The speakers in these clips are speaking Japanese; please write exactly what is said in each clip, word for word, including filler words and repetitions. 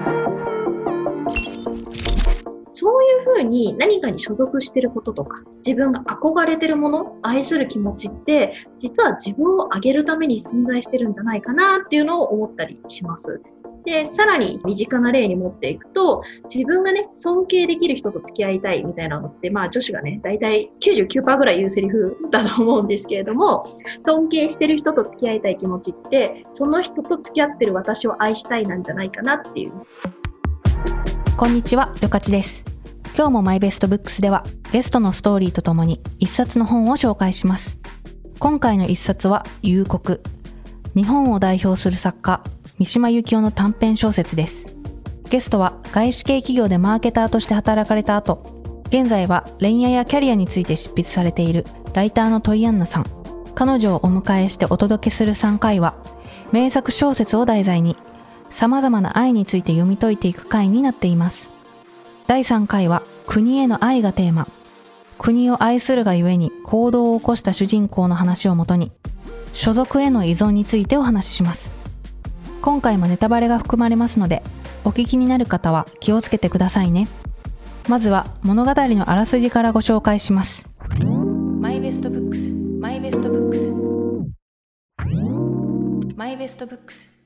そういうふうに何かに所属していることとか、自分が憧れているもの、愛する気持ちって、実は自分を上げるために存在してるんじゃないかなっていうのを思ったりします。で、さらに身近な例に持っていくと、自分がね、尊敬できる人と付き合いたいみたいなのって、まあ女子がね、だいたい きゅうじゅうきゅうパーセント ぐらい言うセリフだと思うんですけれども、尊敬してる人と付き合いたい気持ちって、その人と付き合ってる私を愛したいなんじゃないかなっていう。 こんにちは、りょかちです。今日もマイベストブックスではゲストのストーリーとともに一冊の本を紹介します。今回の一冊は夕刻。日本を代表する作家、三島由紀夫の短編小説です。ゲストは外資系企業でマーケターとして働かれた後、現在は恋愛やキャリアについて執筆されているライターのトイアンナさん。彼女をお迎えしてお届けするさんかいは、名作小説を題材に様々な愛について読み解いていく回になっています。だいさんかいは国への愛がテーマ。国を愛するがゆえに行動を起こした主人公の話をもとに、所属への依存についてお話しします。今回もネタバレが含まれますので、お聞きになる方は気をつけてくださいね。まずは物語のあらすじからご紹介します。マイベストブックス、マイベストブックス、マイベストブックス。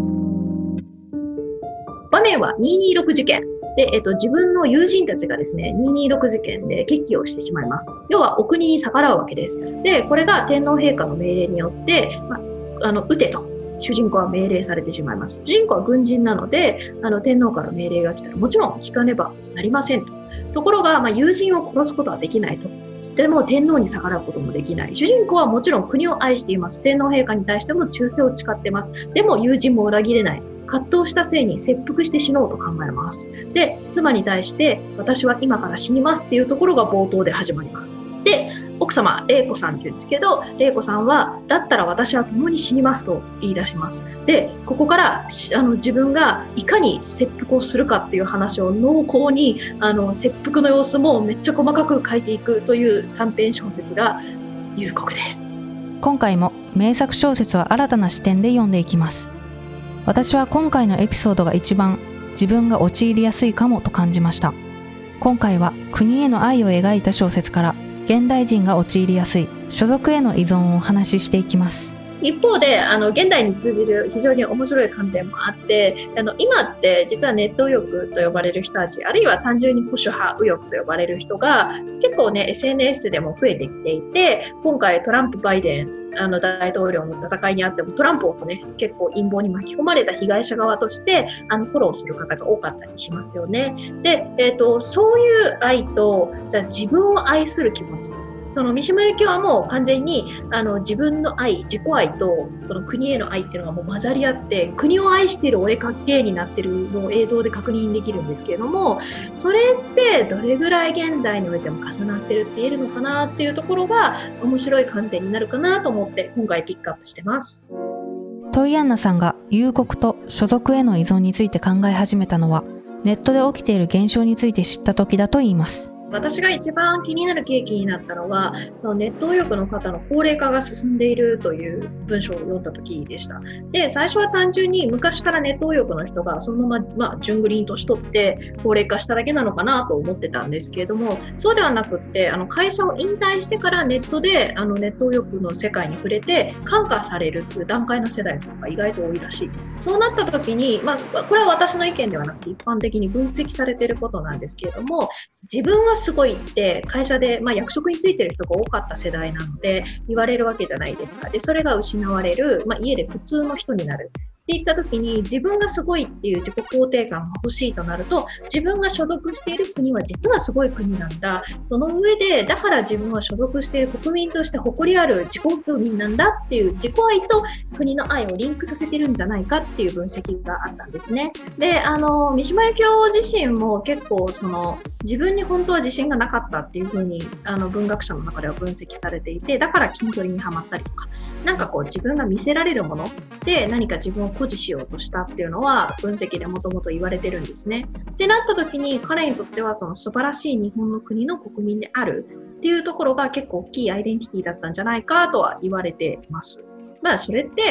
場面はにひゃくにじゅうろく事件。で、えっと、自分の友人たちがですね、にひゃくにじゅうろく事件で決起をしてしまいます。要は、お国に逆らうわけです。で、これが天皇陛下の命令によって、ま、あの、撃てと、主人公は命令されてしまいます。主人公は軍人なので、あの、天皇から命令が来たら、もちろん聞かねばなりませんと。ところが、まあ、友人を殺すことはできないと。でも、天皇に逆らうこともできない。主人公はもちろん国を愛しています。天皇陛下に対しても忠誠を誓っています。でも、友人も裏切れない。葛藤した末に切腹して死のうと考えます。で、妻に対して私は今から死にますっていうところが冒頭で始まります。で、奥様、玲子さんって言うんですけど、玲子さんはだったら私は共に死にますと言い出します。で、ここからあの自分がいかに切腹をするかっていう話を濃厚にあの切腹の様子もめっちゃ細かく書いていくという短編小説が夕刻です。 今回も名作小説は新たな視点で読んでいきます。私は今回のエピソードが一番自分が陥りやすいかもと感じました。今回は国への愛を描いた小説から現代人が陥りやすい所属への依存をお話ししていきます。 一方であの現代に通じる非常に面白い観点もあってあの今って実はネット右翼と呼ばれる人たちあるいは単純に保守派右翼と呼ばれる人が結構ね エスエヌエス でも増えてきていて今回トランプ・バイデンあの大統領の戦いにあってもトランプをね結構陰謀に巻き込まれた被害者側としてあのフォローする方が多かったりしますよね。で、えーと、そういう愛とじゃあ自分を愛する気持ちその三島由紀夫はもう完全にあの自分の愛、自己愛とその国への愛っていうのがもう混ざり合って国を愛している俺かっけーになってるのを映像で確認できるんですけれどもそれってどれぐらい現代においても重なってるって言えるのかなっていうところが面白い観点になるかなと思って今回ピックアップしてます。 トイアンナさんが夕刻と所属への依存について考え始めたのはネットで起きている現象について知った時だといいます。 私が一番気になる契機になったのはそのネット右翼の方の高齢化が進んでいるという文章を読んだ時でした。で、最初は単純に昔からネット右翼の人がそのまま、まあ、順繰りに年取って高齢化しただけなのかなと思ってたんですけれどもそうではなくってあの会社を引退してからネットであのネット右翼の世界に触れて感化されるという段階の世代とか意外と多いらしい。そうなった時に、まあ、これは私の意見ではなくて一般的に分析されていることなんですけれども自分はすごいって会社で、まあ、役職についてる人が多かった世代なので言われるわけじゃないですか。でそれが失われる、まあ、家で普通の人になるっていった時に自分がすごいっていう自己肯定感が欲しいとなると自分が所属している国は実はすごい国なんだその上でだから自分は所属している国民として誇りある自己国民なんだっていう自己愛と国の愛をリンクさせてるんじゃないかっていう分析があったんですね。であの三島由紀夫自身も結構その自分に本当は自信がなかったっていう風にあの文学者の中では分析されていてだから筋トレにハマったりとかなんかこう自分が見せられるもので何か自分を誇示しようとしたっていうのは分析でもともと言われてるんですね。ってなった時に彼にとってはその素晴らしい日本の国の国民であるっていうところが結構大きいアイデンティティだったんじゃないかとは言われています。まあそれって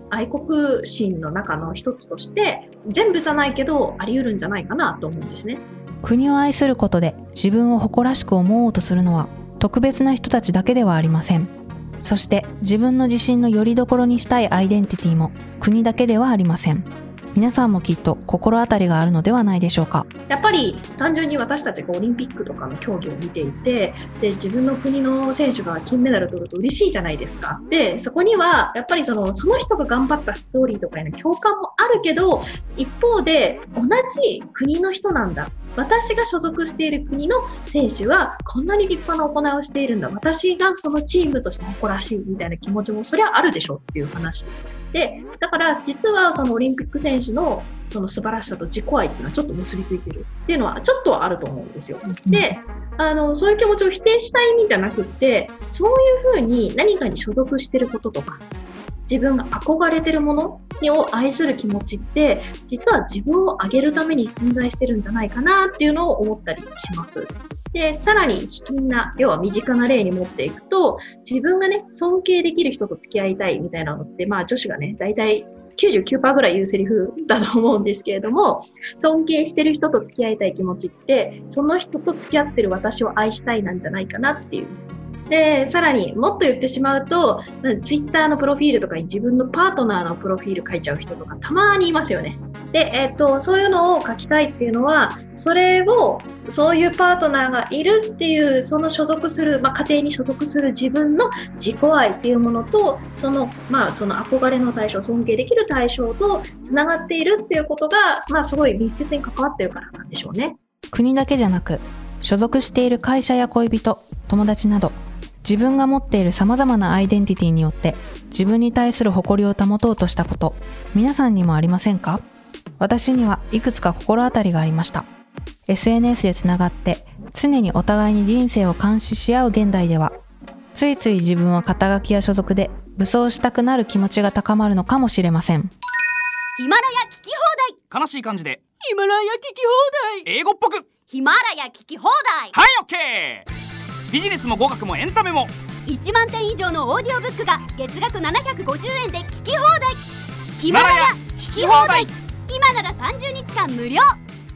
愛国心の中の一つとして全部じゃないけどあり得るんじゃないかなと思うんですね。 国を愛することで自分を誇らしく思おうとするのは特別な人たちだけではありません。そして自分の自信の拠り所にしたいアイデンティティも国だけではありません。皆さんもきっと心当たりがあるのではないでしょうか。 やっぱり単純に私たちがオリンピックとかの競技を見ていて、で自分の国の選手が金メダル取ると嬉しいじゃないですか。でそこにはやっぱりそのその人が頑張ったストーリーとかへの共感もあるけど、一方で同じ国の人なんだ、私が所属している国の選手はこんなに立派な行いをしているんだ、私がそのチームとして誇らしいみたいな気持ちもそりゃあるでしょっていう話で、だから実はそのオリンピック選手のその素晴らしさと自己愛っていうのはちょっと結びついてるっていうのはちょっとはあると思うんですよ。で、あのそういう気持ちを否定したい意味じゃなくって、そういうふうに何かに所属してることとか自分が憧れてるものを愛する気持ちって実は自分を上げるために存在してるんじゃないかなっていうのを思ったりします。でさらに卑近な、要は身近な例に持っていくと、自分がね尊敬できる人と付き合いたいみたいなのって、まあ女子がね大体 きゅうじゅうきゅうパーセント ぐらい言うセリフだと思うんですけれども、尊敬してる人と付き合いたい気持ちってその人と付き合ってる私を愛したいなんじゃないかなっていう。でさらにもっと言ってしまうと、ツイッターのプロフィールとかに自分のパートナーのプロフィール書いちゃう人とかたまにいますよね。で、えっと、そういうのを書きたいっていうのは、それをそういうパートナーがいるっていうその所属する、まあ、家庭に所属する自分の自己愛っていうものとその、まあ、その憧れの対象、尊敬できる対象とつながっているっていうことが、まあ、すごい密接に関わってるからなんでしょうね。 国だけじゃなく所属している会社や恋人、友達など自分が持っている様々なアイデンティティによって自分に対する誇りを保とうとしたこと、皆さんにもありませんか？私にはいくつか心当たりがありました。 エスエヌエス でつながって常にお互いに人生を監視し合う現代では、ついつい自分は肩書きや所属で武装したくなる気持ちが高まるのかもしれません。 ヒマラヤ聞き放題。 悲しい感じでヒマラヤ聞き放題。 英語っぽくヒマラヤ聞き放題。 はい、オッケー。ビジネスも語学もエンタメもいちまんてん以上のオーディオブックが月額ななひゃくごじゅうえんで聞き放題。ヒマラヤ聞き放題。今ならさんじゅうにちかん無料。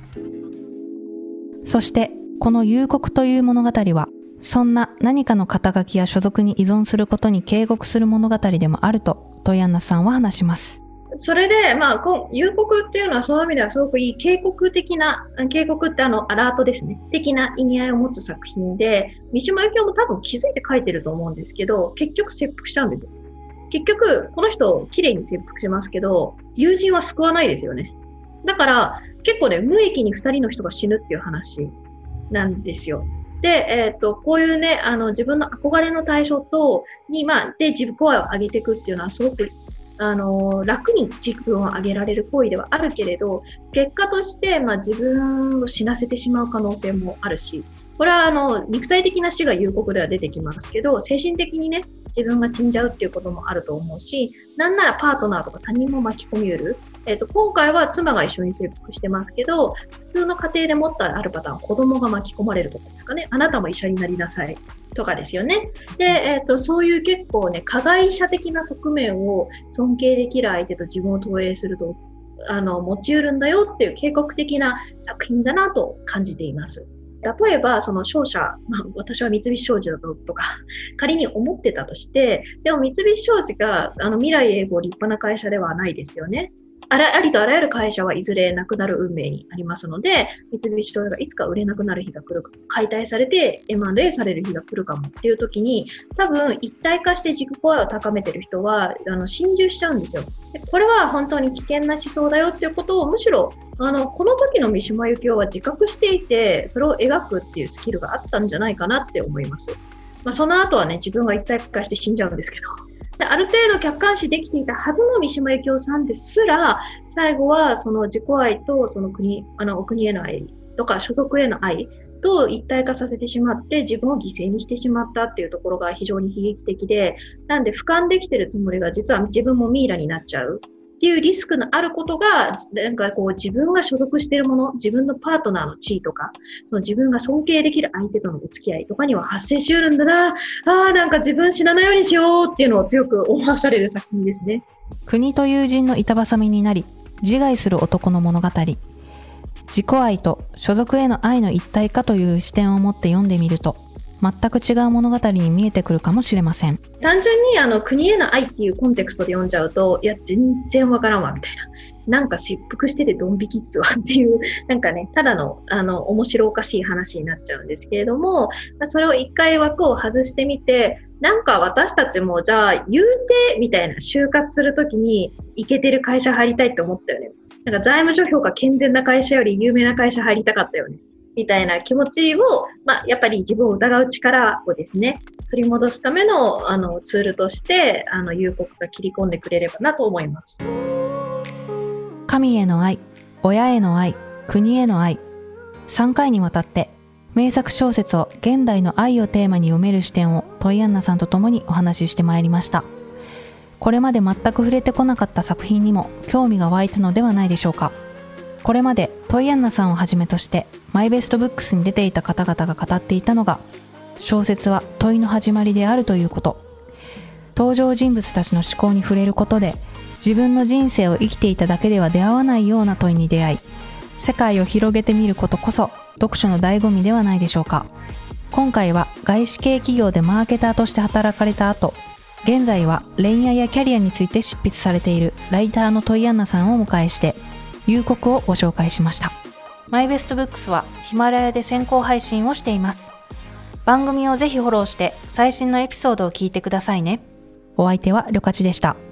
そしてこの幽谷という物語は、そんな何かの肩書きや所属に依存することに警告する物語でもあるとトイアンナさんは話します。 それで、まあ、この幽谷っていうのはその意味ではすごくいい警告的な、警告ってあのアラートですね、的な意味合いを持つ作品で、三島由紀夫も多分気づいて書いてると思うんですけど、結局切腹しちゃうんですよ。結局この人綺麗に切腹しますけど、友人は救わないですよね。だから結構ね、無益にふたりの人が死ぬっていう話なんですよ。で、えっと、こういうね、あの自分の憧れの対象とに、まあ、で自己愛を上げていくっていうのはすごくあの楽に自分を上げられる行為ではあるけれど、結果として、まあ、自分を死なせてしまう可能性もあるし、これはあの肉体的な死が幽谷では出てきますけど、精神的にね自分が死んじゃうっていうこともあると思うし、なんならパートナーとか他人も巻き込みうる。えっと、今回は妻が一緒に切腹してますけど、普通の家庭でもっとあるパターン、子供が巻き込まれるとかですかね。あなたも医者になりなさいとかですよね。で、えっと、そういう結構ね、加害者的な側面を尊敬できる相手と自分を投影すると、あの、持ち得るんだよっていう警告的な作品だなと感じています。例えば、その商社、まあ、私は三菱商事だとか、仮に思ってたとして、でも三菱商事があの未来永劫立派な会社ではないですよね。あら、ありとあらゆる会社はいずれなくなる運命にありますので、三菱商事がいつか売れなくなる日が来るかも、解体されて エムアンドエー される日が来るかもっていう時に、多分一体化して自己愛を高めてる人はあの心中しちゃうんですよ。でこれは本当に危険な思想だよっていうことを、むしろあのこの時の三島由紀夫は自覚していて、それを描くっていうスキルがあったんじゃないかなって思います。まあ、その後はね、自分が一体化して死んじゃうんですけど、である程度客観視できていたはずの三島由紀夫さんですら、最後はその自己愛とその国、あのお国への愛とか所属への愛と一体化させてしまって、自分を犠牲にしてしまったっていうところが非常に悲劇的で、なんで俯瞰できてるつもりが実は自分もミイラになっちゃうっていうリスクのあることが、なんかこう自分が所属しているもの、自分のパートナーの地位とか、その自分が尊敬できる相手とのお付き合いとかには発生し得るんだな、ああ、なんか自分死なないようにしようっていうのを強く思わされる作品ですね。 国と友人の板挟みになり自害する男の物語。自己愛と所属への愛の一体化という視点を持って読んでみると全く違う物語に見えてくるかもしれません。 単純にあの国への愛っていうコンテクストで読んじゃうと、いや全然わからんわみたいな、なんか切腹しててドン引きっすわっていう、なんかね、ただのあの面白おかしい話になっちゃうんですけれども、それを一回枠を外してみて、なんか私たちもじゃあ言うてみたいな、就活するときにイケてる会社入りたいって思ったよね。なんか財務諸評価健全な会社より有名な会社入りたかったよねみたいな気持ちを、まあ、やっぱり自分を疑う力をですね、取り戻すための、あのツールとしてあの幽谷が切り込んでくれればなと思います。 神への愛、親への愛、国への愛、さんかいにわたって名作小説を現代の愛をテーマに読める視点をトイアンナさんと共にお話ししてまいりました。これまで全く触れてこなかった作品にも興味が湧いたのではないでしょうか。これまでトイアンナさんをはじめとしてマイベストブックスに出ていた方々が語っていたのが、小説は問いの始まりであるということ。登場人物たちの思考に触れることで自分の人生を生きていただけでは出会わないような問いに出会い、世界を広げてみることこそ読書の醍醐味ではないでしょうか。今回は外資系企業でマーケターとして働かれた後、現在は恋愛やキャリアについて執筆されているライターのトイアンナさんをお迎えして幽谷をご紹介しました。マイベストブックスはヒマラヤで先行配信をしています。番組をぜひフォローして最新のエピソードを聞いてくださいね。お相手はりょかちでした。